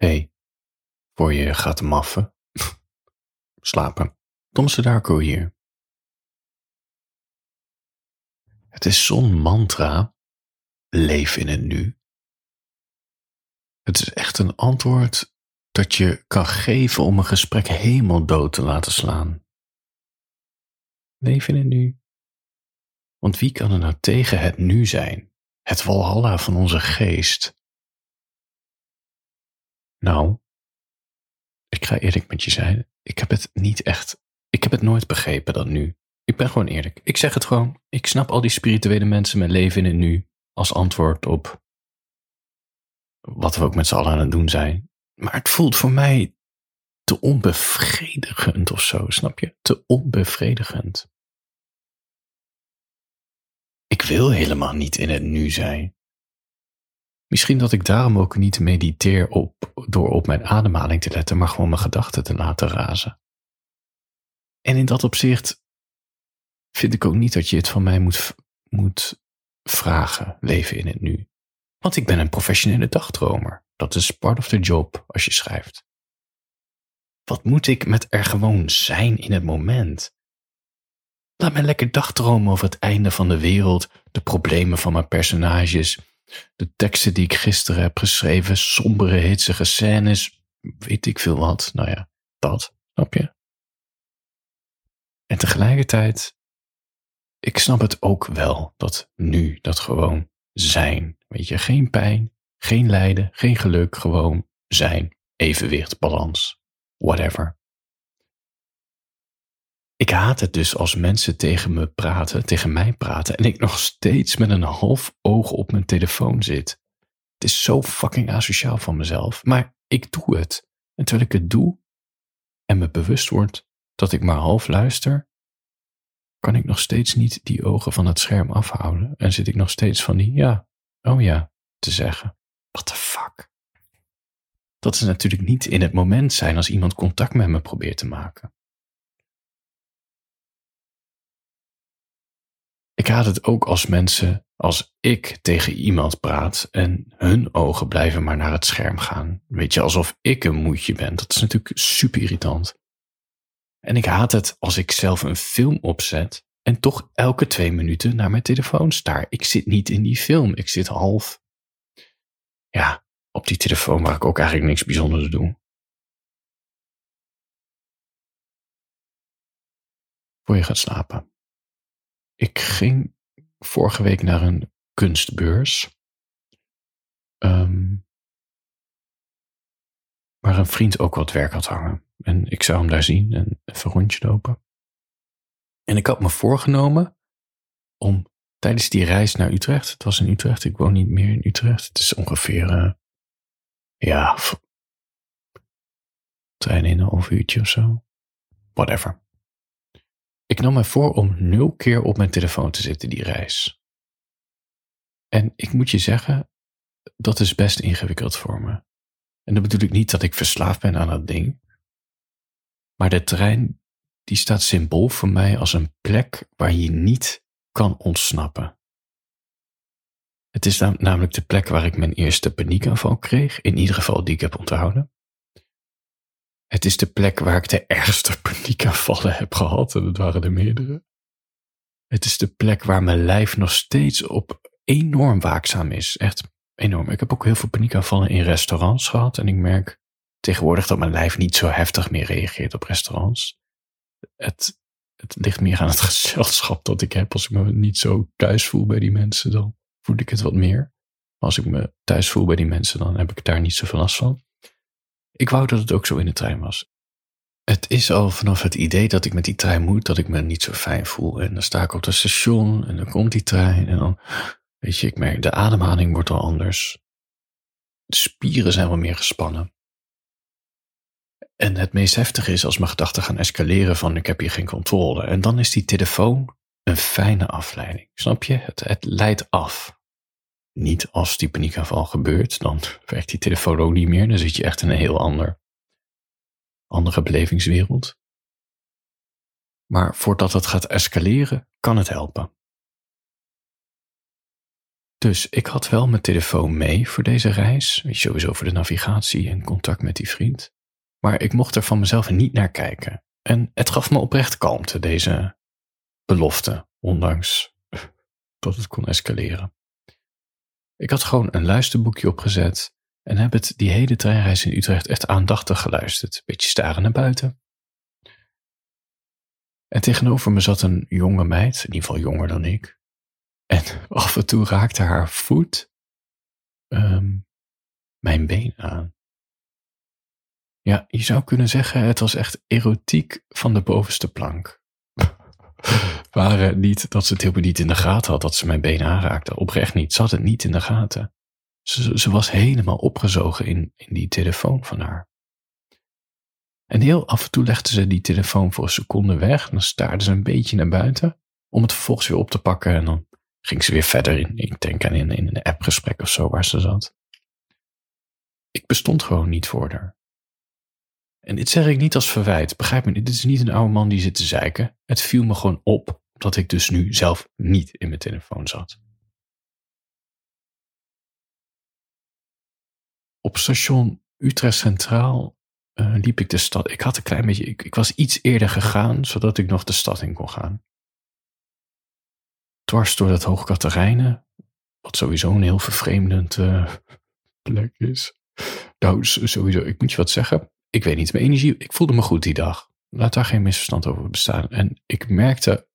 Hey, voor je gaat maffen, slapen. Tomse Darko hier. Het is zo'n mantra, leef in het nu. Het is echt een antwoord dat je kan geven om een gesprek helemaal dood te laten slaan. Leef in het nu. Want wie kan er nou tegen het nu zijn? Het walhalla van onze geest. Nou, ik ga eerlijk met je zijn. Ik heb het nooit begrepen dan nu. Ik ben gewoon eerlijk. Ik zeg het gewoon. Ik snap al die spirituele mensen met leven in het nu als antwoord op wat we ook met z'n allen aan het doen zijn. Maar het voelt voor mij te onbevredigend of zo, snap je? Te onbevredigend. Ik wil helemaal niet in het nu zijn. Misschien dat ik daarom ook niet mediteer door op mijn ademhaling te letten, maar gewoon mijn gedachten te laten razen. En in dat opzicht vind ik ook niet dat je het van mij moet vragen, leven in het nu. Want ik ben een professionele dagdromer. Dat is part of the job als je schrijft. Wat moet ik met er gewoon zijn in het moment? Laat mij lekker dagdromen over het einde van de wereld, de problemen van mijn personages, de teksten die ik gisteren heb geschreven, sombere, hitsige scènes, weet ik veel wat. Nou ja, dat, snap je? En tegelijkertijd, ik snap het ook wel, dat nu, dat gewoon zijn. Weet je, geen pijn, geen lijden, geen geluk, gewoon zijn. Evenwicht, balans, whatever. Ik haat het dus als mensen tegen mij praten en ik nog steeds met een half oog op mijn telefoon zit. Het is zo fucking asociaal van mezelf, maar ik doe het. En terwijl ik het doe en me bewust word dat ik maar half luister, kan ik nog steeds niet die ogen van het scherm afhouden en zit ik nog steeds van die oh ja, te zeggen. What the fuck? Dat is natuurlijk niet in het moment zijn als iemand contact met me probeert te maken. Ik haat het ook als ik tegen iemand praat en hun ogen blijven maar naar het scherm gaan. Weet je, alsof ik een moedje ben. Dat is natuurlijk super irritant. En ik haat het als ik zelf een film opzet en toch elke 2 minuten naar mijn telefoon staar. Ik zit niet in die film. Ik zit half, op die telefoon waar ik ook eigenlijk niks bijzonders doe. Voor je gaat slapen. Ik ging vorige week naar een kunstbeurs. Waar een vriend ook wat werk had hangen. En ik zou hem daar zien en even een rondje lopen. En ik had me voorgenomen om tijdens die reis naar Utrecht, het was in Utrecht, ik woon niet meer in Utrecht, het is ongeveer, trein in een half uurtje of zo. Whatever. Ik nam me voor om 0 keer op mijn telefoon te zitten die reis. En ik moet je zeggen, dat is best ingewikkeld voor me. En dat bedoel ik niet dat ik verslaafd ben aan dat ding. Maar de trein, die staat symbool voor mij als een plek waar je niet kan ontsnappen. Het is namelijk de plek waar ik mijn eerste paniekaanval kreeg, in ieder geval die ik heb onthouden. Het is de plek waar ik de ergste paniekaanvallen heb gehad, en dat waren er meerdere. Het is de plek waar mijn lijf nog steeds op enorm waakzaam is, echt enorm. Ik heb ook heel veel paniekaanvallen in restaurants gehad en ik merk tegenwoordig dat mijn lijf niet zo heftig meer reageert op restaurants. Het ligt meer aan het gezelschap dat ik heb. Als ik me niet zo thuis voel bij die mensen, dan voel ik het wat meer. Als ik me thuis voel bij die mensen, dan heb ik daar niet zoveel last van. Ik wou dat het ook zo in de trein was. Het is al vanaf het idee dat ik met die trein moet, dat ik me niet zo fijn voel. En dan sta ik op het station en dan komt die trein en dan, weet je, ik merk de ademhaling wordt al anders. De spieren zijn wel meer gespannen. En het meest heftige is als mijn gedachten gaan escaleren van ik heb hier geen controle. En dan is die telefoon een fijne afleiding. Snap je? Het leidt af. Niet als die paniekaanval gebeurt, dan werkt die telefoon ook niet meer. Dan zit je echt in een heel andere belevingswereld. Maar voordat het gaat escaleren, kan het helpen. Dus ik had wel mijn telefoon mee voor deze reis. Sowieso voor de navigatie en contact met die vriend. Maar ik mocht er van mezelf niet naar kijken. En het gaf me oprecht kalmte, deze belofte. Ondanks dat het kon escaleren. Ik had gewoon een luisterboekje opgezet. En heb het die hele treinreis in Utrecht echt aandachtig geluisterd. Beetje staren naar buiten. En tegenover me zat een jonge meid, in ieder geval jonger dan ik. En af en toe raakte haar voet mijn been aan. Ja, je zou kunnen zeggen, het was echt erotiek van de bovenste plank. Waren niet dat ze het helemaal niet in de gaten had dat ze mijn been aanraakte. Oprecht niet, ze had het niet in de gaten. Ze was helemaal opgezogen in die telefoon van haar. En heel af en toe legde ze die telefoon voor een seconde weg. En dan staarde ze een beetje naar buiten. Om het vervolgens weer op te pakken. En dan ging ze weer verder ik denk aan in een appgesprek of zo waar ze zat. Ik bestond gewoon niet voor haar. En dit zeg ik niet als verwijt. Begrijp me, dit is niet een oude man die zit te zeiken. Het viel me gewoon op dat ik dus nu zelf niet in mijn telefoon zat. Op station Utrecht Centraal liep ik de stad. Ik had een klein beetje. Ik was iets eerder gegaan, zodat ik nog de stad in kon gaan. Dwars door dat Hoogkaterijnen, wat sowieso een heel vervreemdend plek is. Nou, sowieso, ik moet je wat zeggen. Ik weet niet, mijn energie, ik voelde me goed die dag. Laat daar geen misverstand over bestaan. En ik merkte,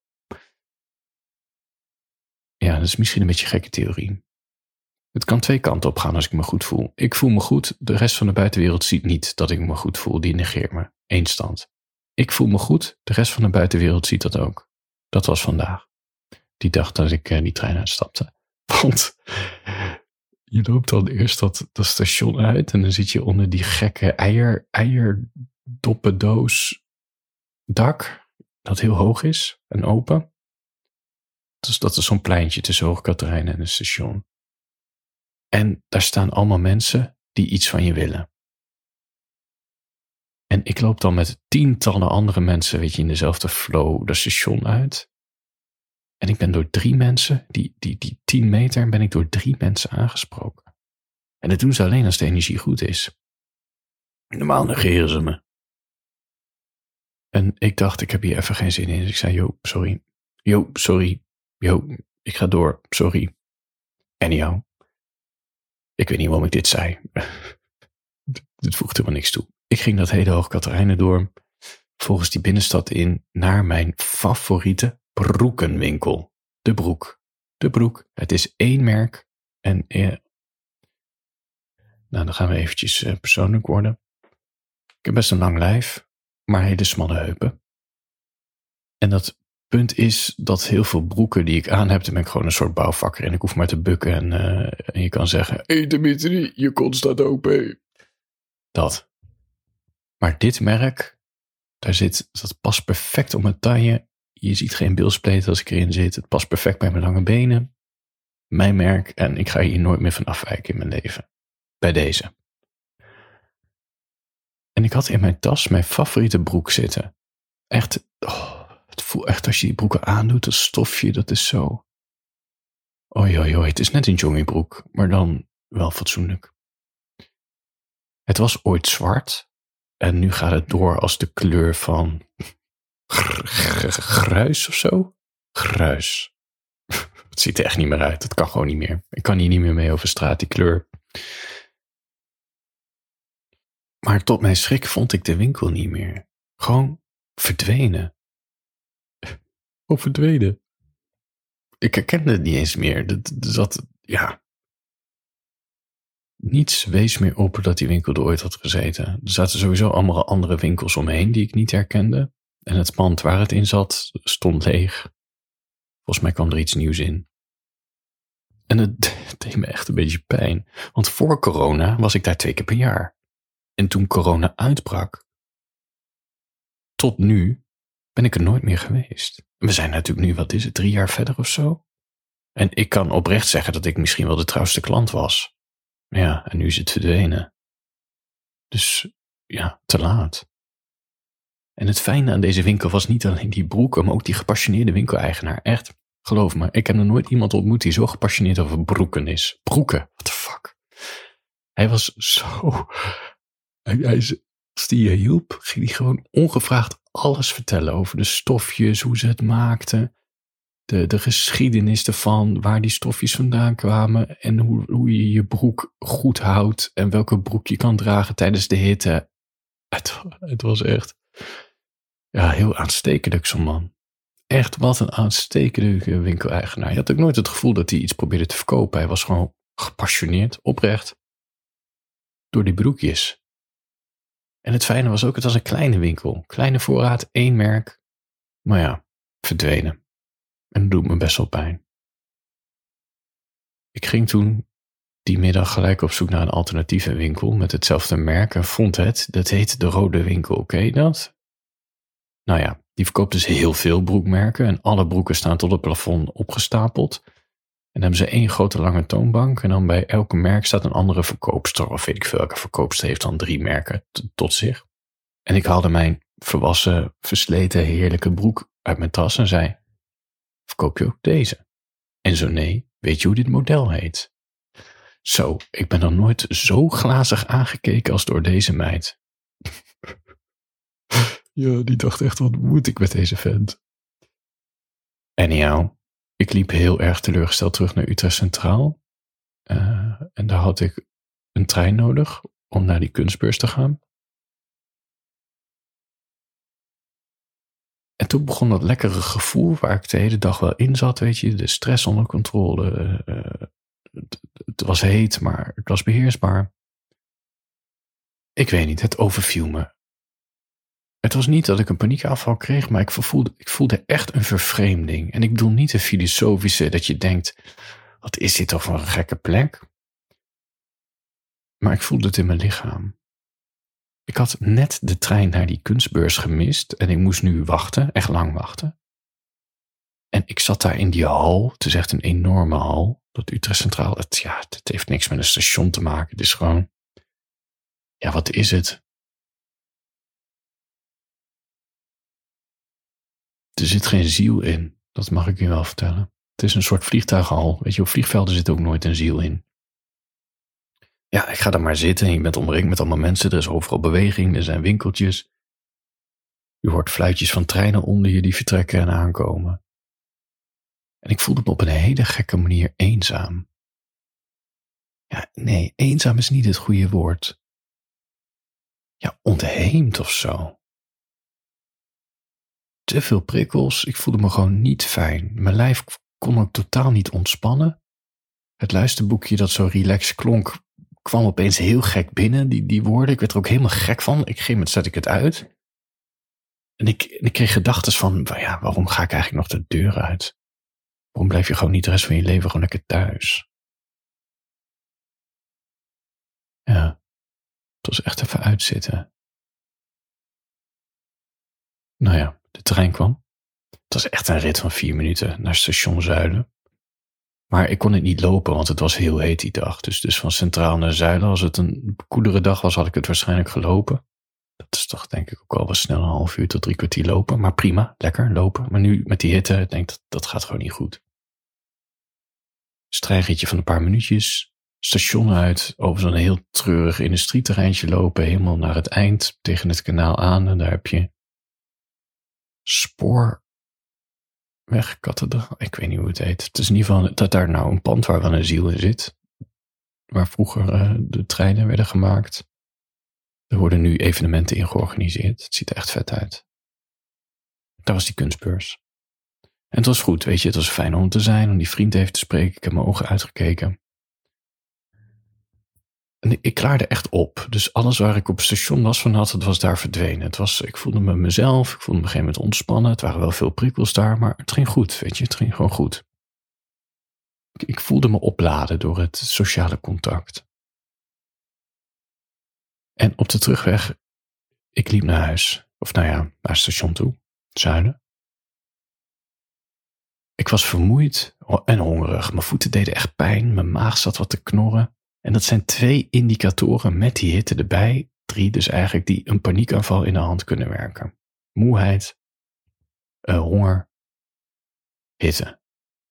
ja, dat is misschien een beetje een gekke theorie. Het kan twee kanten op gaan als ik me goed voel. Ik voel me goed, de rest van de buitenwereld ziet niet dat ik me goed voel, die negeert me. Eén stand. Ik voel me goed, de rest van de buitenwereld ziet dat ook. Dat was vandaag. Die dag dat ik die trein uitstapte. Want je loopt dan eerst dat station uit en dan zit je onder die gekke eierdoppendoos dak, dat heel hoog is en open. Dus dat is zo'n pleintje tussen Hoogkaterijnen en het station. En daar staan allemaal mensen die iets van je willen. En ik loop dan met tientallen andere mensen, weet je, in dezelfde flow dat station uit. En ik ben door 3 mensen, die 10 meter, ben ik door 3 mensen aangesproken. En dat doen ze alleen als de energie goed is. Normaal negeren ze me. En ik dacht, ik heb hier even geen zin in. Dus ik zei, sorry. Sorry. Ik ga door. Sorry. Anyhow. Ik weet niet waarom ik dit zei. Dit voegt helemaal niks toe. Ik ging dat hele Hoogkaterijnen door. Volgens die binnenstad in naar mijn favoriete broekenwinkel. De Broek. Het is 1 merk. En nou, dan gaan we eventjes persoonlijk worden. Ik heb best een lang lijf, maar hele smalle heupen. En dat punt is dat heel veel broeken die ik aan heb, dan ben ik gewoon een soort bouwvakker en ik hoef maar te bukken en je kan zeggen, hey Dimitri, je kont staat open. Dat. Maar dit merk, dat past perfect op mijn taille. Je ziet geen bilspleet als ik erin zit. Het past perfect bij mijn lange benen. Mijn merk en ik ga hier nooit meer van afwijken in mijn leven. Bij deze. En ik had in mijn tas mijn favoriete broek zitten. Echt, het voelt echt als je die broeken aandoet, dat stofje, dat is zo. Oei, het is net een joggingbroek, maar dan wel fatsoenlijk. Het was ooit zwart en nu gaat het door als de kleur van gruis of zo. Gruis. Het ziet er echt niet meer uit, het kan gewoon niet meer. Ik kan hier niet meer mee over straat, die kleur. Maar tot mijn schrik vond ik de winkel niet meer. Gewoon verdwenen. Verdwenen. Ik herkende het niet eens meer. Niets wees meer op dat die winkel er ooit had gezeten. Er zaten sowieso allemaal andere winkels omheen die ik niet herkende. En het pand waar het in zat, stond leeg. Volgens mij kwam er iets nieuws in. En het deed me echt een beetje pijn. Want voor corona was ik daar 2 keer per jaar. En toen corona uitbrak, tot nu, ben ik er nooit meer geweest. We zijn natuurlijk nu, 3 jaar verder of zo? En ik kan oprecht zeggen dat ik misschien wel de trouwste klant was. Ja, en nu is het verdwenen. Dus ja, te laat. En het fijne aan deze winkel was niet alleen die broeken, maar ook die gepassioneerde winkeleigenaar. Echt, Geloof me, ik heb nog nooit iemand ontmoet die zo gepassioneerd over broeken is. Broeken, what the fuck. Hij was zo... Als die je hielp, ging hij gewoon ongevraagd alles vertellen over de stofjes, hoe ze het maakten, de geschiedenis ervan, waar die stofjes vandaan kwamen en hoe je je broek goed houdt en welke broek je kan dragen tijdens de hitte. Het was echt heel aanstekelijk, zo'n man. Echt, wat een aanstekelijke winkeleigenaar. Je had ook nooit het gevoel dat hij iets probeerde te verkopen. Hij was gewoon gepassioneerd, oprecht, door die broekjes. En het fijne was ook, het was een kleine winkel. Kleine voorraad, 1 merk. Maar ja, verdwenen. En dat doet me best wel pijn. Ik ging toen die middag gelijk op zoek naar een alternatieve winkel met hetzelfde merk en vond het. Dat heet de Rode Winkel, ken je dat? Nou ja, die verkoopt dus heel veel broekmerken en alle broeken staan tot het plafond opgestapeld. En dan hebben ze 1 grote lange toonbank en dan bij elke merk staat een andere verkoopster. Of weet ik veel, elke verkoopster heeft dan 3 merken tot zich. En ik haalde mijn volwassen, versleten, heerlijke broek uit mijn tas en zei: verkoop je ook deze? En zo nee, weet je hoe dit model heet? Zo, ik ben nog nooit zo glazig aangekeken als door deze meid. Ja, die dacht echt, wat moet ik met deze vent? Anyhow, ik liep heel erg teleurgesteld terug naar Utrecht Centraal. En daar had ik een trein nodig om naar die kunstbeurs te gaan. En toen begon dat lekkere gevoel waar ik de hele dag wel in zat, weet je, de stress onder controle. Het was heet, maar het was beheersbaar. Ik weet niet, het overviel me. Het was niet dat ik een paniekaanval kreeg, maar ik voelde echt een vervreemding. En ik bedoel niet de filosofische, dat je denkt, wat is dit toch voor een gekke plek? Maar ik voelde het in mijn lichaam. Ik had net de trein naar die kunstbeurs gemist en ik moest nu wachten, echt lang wachten. En ik zat daar in die hal, het is echt een enorme hal, dat Utrecht Centraal, het heeft niks met een station te maken, het is gewoon, wat is het? Er zit geen ziel in, dat mag ik je wel vertellen. Het is een soort vliegtuigenhal, weet je, op vliegvelden zit ook nooit een ziel in. Ja, ik ga daar maar zitten en je bent omringd met allemaal mensen, er is overal beweging, er zijn winkeltjes. Je hoort fluitjes van treinen onder je die vertrekken en aankomen. En ik voelde me op een hele gekke manier eenzaam. Ja, nee, eenzaam is niet het goede woord. Ja, ontheemd of zo. Te veel prikkels, ik voelde me gewoon niet fijn. Mijn lijf kon ook totaal niet ontspannen. Het luisterboekje dat zo relaxed klonk, kwam opeens heel gek binnen, die woorden. Ik werd er ook helemaal gek van. Op een gegeven moment zette ik het uit. En ik kreeg gedachten van, waarom ga ik eigenlijk nog de deur uit? Waarom blijf je gewoon niet de rest van je leven gewoon lekker thuis? Ja, het was echt even uitzitten. Nou ja, de trein kwam. Het was echt een rit van 4 minuten naar station Zuilen. Maar ik kon het niet lopen, want het was heel heet die dag. Dus van Centraal naar Zuilen, als het een koelere dag was, had ik het waarschijnlijk gelopen. Dat is toch denk ik ook al wel snel 1,5 uur tot 3 kwartier lopen. Maar prima, lekker lopen. Maar nu met die hitte, ik denk dat gaat gewoon niet goed. Strijgritje van een paar minuutjes, station uit, over zo'n heel treurig industrieterreintje lopen, helemaal naar het eind, tegen het kanaal aan. En daar heb je Spoorwegkathedraal, ik weet niet hoe het heet. Het is in ieder geval dat daar nou een pand waar wel een ziel in zit. Waar vroeger de treinen werden gemaakt. Er worden nu evenementen in georganiseerd. Het ziet er echt vet uit. Daar was die kunstbeurs. En het was goed, weet je. Het was fijn om te zijn, om die vriend even te spreken. Ik heb mijn ogen uitgekeken. En ik klaarde echt op. Dus alles waar ik op het station last van had, het was daar verdwenen. Ik voelde me mezelf. Ik voelde me op een gegeven moment ontspannen. Het waren wel veel prikkels daar, maar het ging goed, weet je. Het ging gewoon goed. Ik voelde me opladen door het sociale contact. En op de terugweg, ik liep naar huis. Of naar het station toe. Zuilen. Ik was vermoeid en hongerig. Mijn voeten deden echt pijn. Mijn maag zat wat te knorren. En dat zijn 2 indicatoren met die hitte erbij. 3 dus eigenlijk die een paniekaanval in de hand kunnen werken. Moeheid, honger, hitte.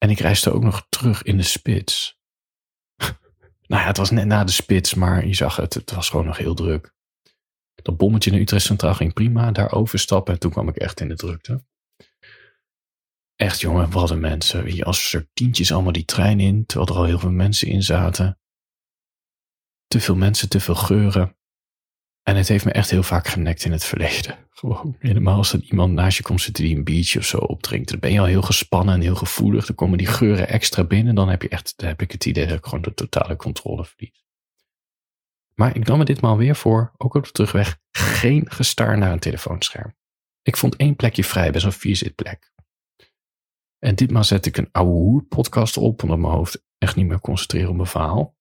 En ik reisde ook nog terug in de spits. Nou ja, het was net na de spits, maar je zag het. Het was gewoon nog heel druk. Dat bommetje in Utrecht Centraal ging prima. Daar overstappen en toen kwam ik echt in de drukte. Echt jongen, wat een mensen. Als er tientjes allemaal die trein in, terwijl er al heel veel mensen in zaten. Te veel mensen, te veel geuren. En het heeft me echt heel vaak genekt in het verleden. Gewoon helemaal als er iemand naast je komt zitten die een biertje of zo opdrinkt. Dan ben je al heel gespannen en heel gevoelig. Dan komen die geuren extra binnen. Dan heb ik het idee dat ik gewoon de totale controle verlies. Maar ik nam me ditmaal weer voor, ook op de terugweg, geen gestaar naar een telefoonscherm. Ik vond 1 plekje vrij, best een 4-zitplek. En ditmaal zette ik een ouwe hoer podcast op, omdat mijn hoofd echt niet meer concentreren op mijn verhaal.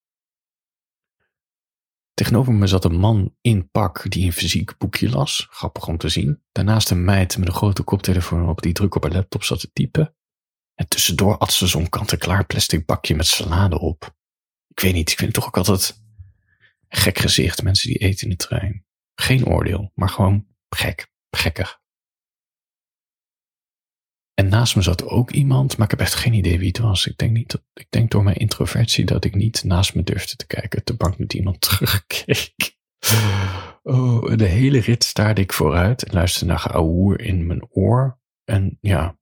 Tegenover me zat een man in pak die een fysiek boekje las. Grappig om te zien. Daarnaast een meid met een grote koptelefoon op die druk op haar laptop zat te typen. En tussendoor at ze zo'n kant-en-klaar plastic bakje met salade op. Ik weet niet, ik vind het toch ook altijd gek gezicht. Mensen die eten in de trein. Geen oordeel, maar gewoon gekkig. En naast me zat ook iemand, maar ik heb echt geen idee wie het was. Ik denk door mijn introversie dat ik niet naast me durfde te kijken. Te bang dat iemand terugkeek. Oh, de hele rit staarde ik vooruit en luisterde naar geouwehoer in mijn oor. En ja,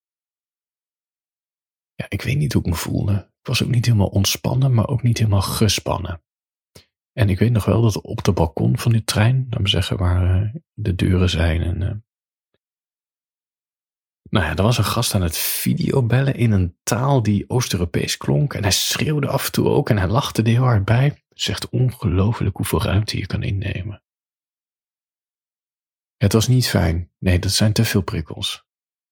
ik weet niet hoe ik me voelde. Ik was ook niet helemaal ontspannen, maar ook niet helemaal gespannen. En ik weet nog wel dat op de balkon van die trein, laten we zeggen waar de deuren zijn en er was een gast aan het videobellen in een taal die Oost-Europees klonk. En hij schreeuwde af en toe ook en hij lachte er heel hard bij. Het is echt ongelooflijk hoeveel ruimte je kan innemen. Het was niet fijn. Nee, dat zijn te veel prikkels.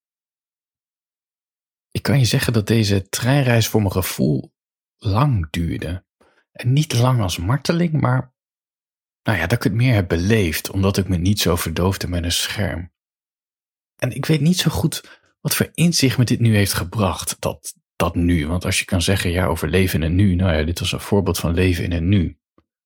Ik kan je zeggen dat deze treinreis voor mijn gevoel lang duurde. En niet lang als marteling, maar dat ik het meer heb beleefd, omdat ik me niet zo verdoofde met een scherm. En ik weet niet zo goed wat voor inzicht me dit nu heeft gebracht, dat nu. Want als je kan zeggen, over leven in het nu, dit was een voorbeeld van leven in het nu.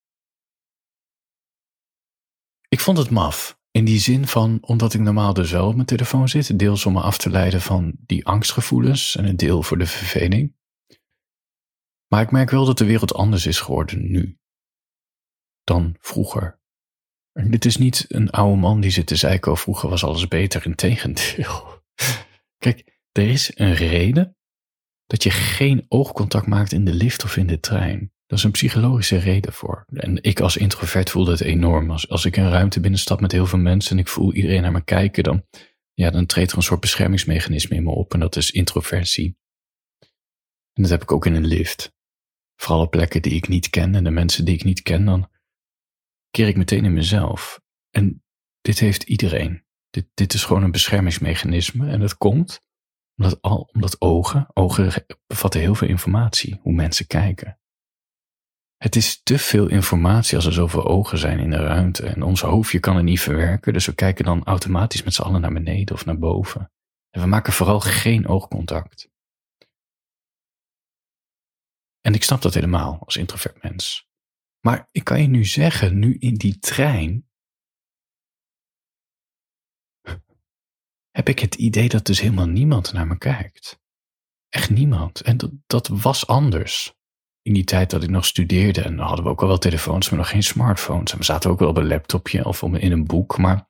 Ik vond het maf, in die zin van, omdat ik normaal dus wel op mijn telefoon zit, deels om me af te leiden van die angstgevoelens en een deel voor de verveling. Maar ik merk wel dat de wereld anders is geworden nu dan vroeger. En dit is niet een oude man die zit te zeiken, vroeger was alles beter, integendeel. Kijk, er is een reden dat je geen oogcontact maakt in de lift of in de trein. Dat is een psychologische reden voor. En ik als introvert voelde het enorm. Als ik een ruimte binnenstap met heel veel mensen en ik voel iedereen naar me kijken, dan treedt er een soort beschermingsmechanisme in me op en dat is introversie. En dat heb ik ook in een lift. Vooral op plekken die ik niet ken en de mensen die ik niet ken, dan keer ik meteen in mezelf. En dit heeft iedereen. Dit is gewoon een beschermingsmechanisme en dat komt omdat ogen bevatten heel veel informatie, hoe mensen kijken. Het is te veel informatie als er zoveel ogen zijn in de ruimte en ons hoofdje kan het niet verwerken, dus we kijken dan automatisch met z'n allen naar beneden of naar boven. En we maken vooral geen oogcontact. En ik snap dat helemaal als introvert mens. Maar ik kan je nu zeggen, nu in die trein, heb ik het idee dat dus helemaal niemand naar me kijkt. Echt niemand. En dat was anders. In die tijd dat ik nog studeerde, en dan hadden we ook al wel telefoons, maar nog geen smartphones. En we zaten ook wel op een laptopje of in een boek, maar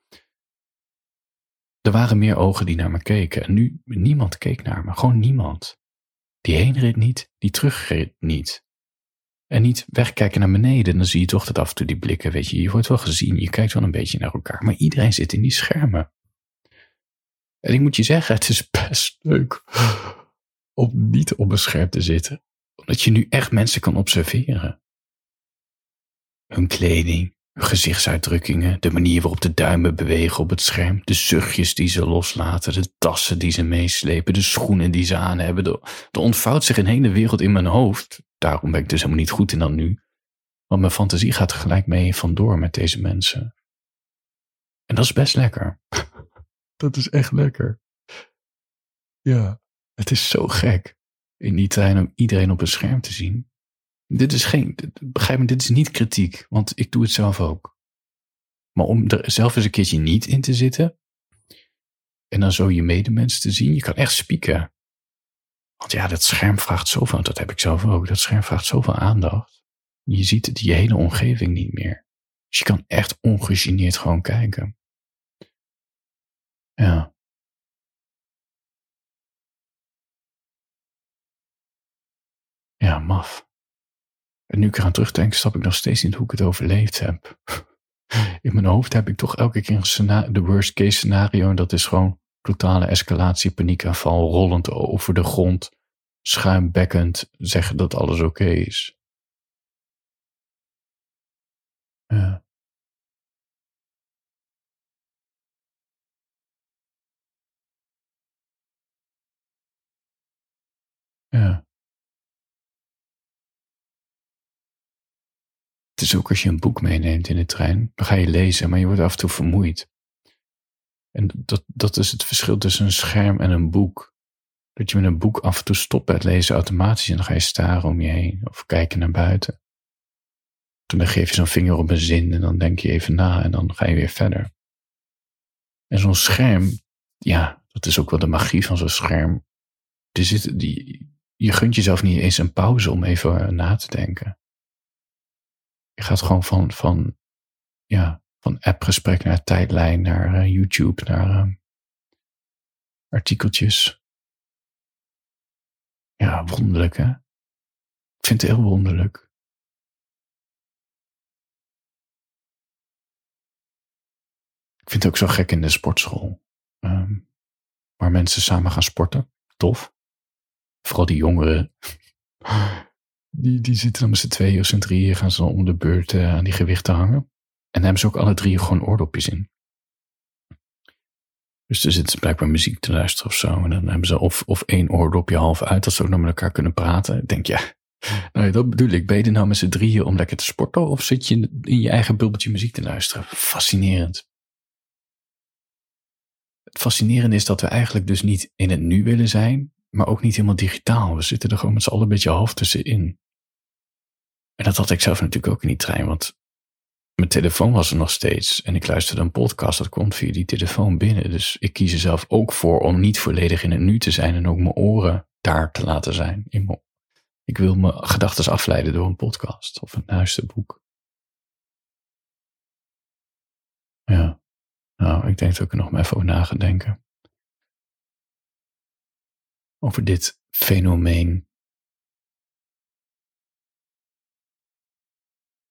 er waren meer ogen die naar me keken. En nu, niemand keek naar me. Gewoon niemand. Die heenrit niet, die terugrit niet. En niet wegkijken naar beneden, dan zie je toch dat af en toe die blikken, weet je wordt wel gezien, je kijkt wel een beetje naar elkaar. Maar iedereen zit in die schermen. En ik moet je zeggen, het is best leuk om niet op een scherm te zitten. Omdat je nu echt mensen kan observeren. Hun kleding, hun gezichtsuitdrukkingen, de manier waarop de duimen bewegen op het scherm, de zuchtjes die ze loslaten, de tassen die ze meeslepen, de schoenen die ze aan hebben. Er ontvouwt zich een hele wereld in mijn hoofd. Daarom ben ik dus helemaal niet goed in dat nu. Want mijn fantasie gaat er gelijk mee vandoor met deze mensen. En dat is best lekker. Dat is echt lekker. Ja, het is zo gek. In die trein om iedereen op een scherm te zien. Begrijp me, dit is niet kritiek, want ik doe het zelf ook. Maar om er zelf eens een keertje niet in te zitten, en dan zo je medemens te zien, je kan echt spieken. Want ja, dat scherm vraagt zoveel, dat heb ik zelf ook, dat scherm vraagt zoveel aandacht. Je ziet die hele omgeving niet meer. Dus je kan echt ongegeneerd gewoon kijken. Ja. Ja, maf. En nu ik eraan terugdenk, snap ik nog steeds niet hoe ik het overleefd heb. In mijn hoofd heb ik toch elke keer de worst case scenario. En dat is gewoon totale escalatie, paniekaanval, rollend over de grond, schuimbekkend, zeggen dat alles oké is. Ja. Ja. Het is ook als je een boek meeneemt in de trein, dan ga je lezen, maar je wordt af en toe vermoeid. En dat is het verschil tussen een scherm en een boek. Dat je met een boek af en toe stopt bij het lezen automatisch en dan ga je staren om je heen of kijken naar buiten. Toen geef je zo'n vinger op een zin en dan denk je even na en dan ga je weer verder. En zo'n scherm, ja, dat is ook wel de magie van zo'n scherm. Je gunt jezelf niet eens een pauze om even na te denken. Je gaat gewoon van appgesprek naar tijdlijn, naar YouTube, naar artikeltjes. Ja, wonderlijk hè? Ik vind het heel wonderlijk. Ik vind het ook zo gek in de sportschool. Waar mensen samen gaan sporten. Tof. Vooral die jongeren. Die zitten dan met z'n tweeën of z'n drieën. Gaan ze dan om de beurt aan die gewichten hangen. En dan hebben ze ook alle drie gewoon oordopjes in. Dus er zitten ze blijkbaar muziek te luisteren of zo. En dan hebben ze of één oordopje half uit. Dat ze ook nog met elkaar kunnen praten. Ik denk, ja, nou, dat bedoel ik. Ben je er nou met z'n drieën om lekker te sporten? Of zit je in je eigen bubbeltje muziek te luisteren? Fascinerend. Het fascinerende is dat we eigenlijk dus niet in het nu willen zijn. Maar ook niet helemaal digitaal. We zitten er gewoon met z'n allen een beetje half tussenin. En dat had ik zelf natuurlijk ook in die trein. Want mijn telefoon was er nog steeds. En ik luisterde een podcast. Dat komt via die telefoon binnen. Dus ik kies er zelf ook voor om niet volledig in het nu te zijn. En ook mijn oren daar te laten zijn. Ik wil mijn gedachten afleiden door een podcast. Of een luisterboek. Ja. Nou, ik denk dat ik er nog maar even over na ga denken. Over dit fenomeen.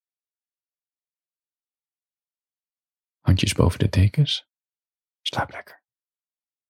Handjes boven de dekens. Slaap lekker.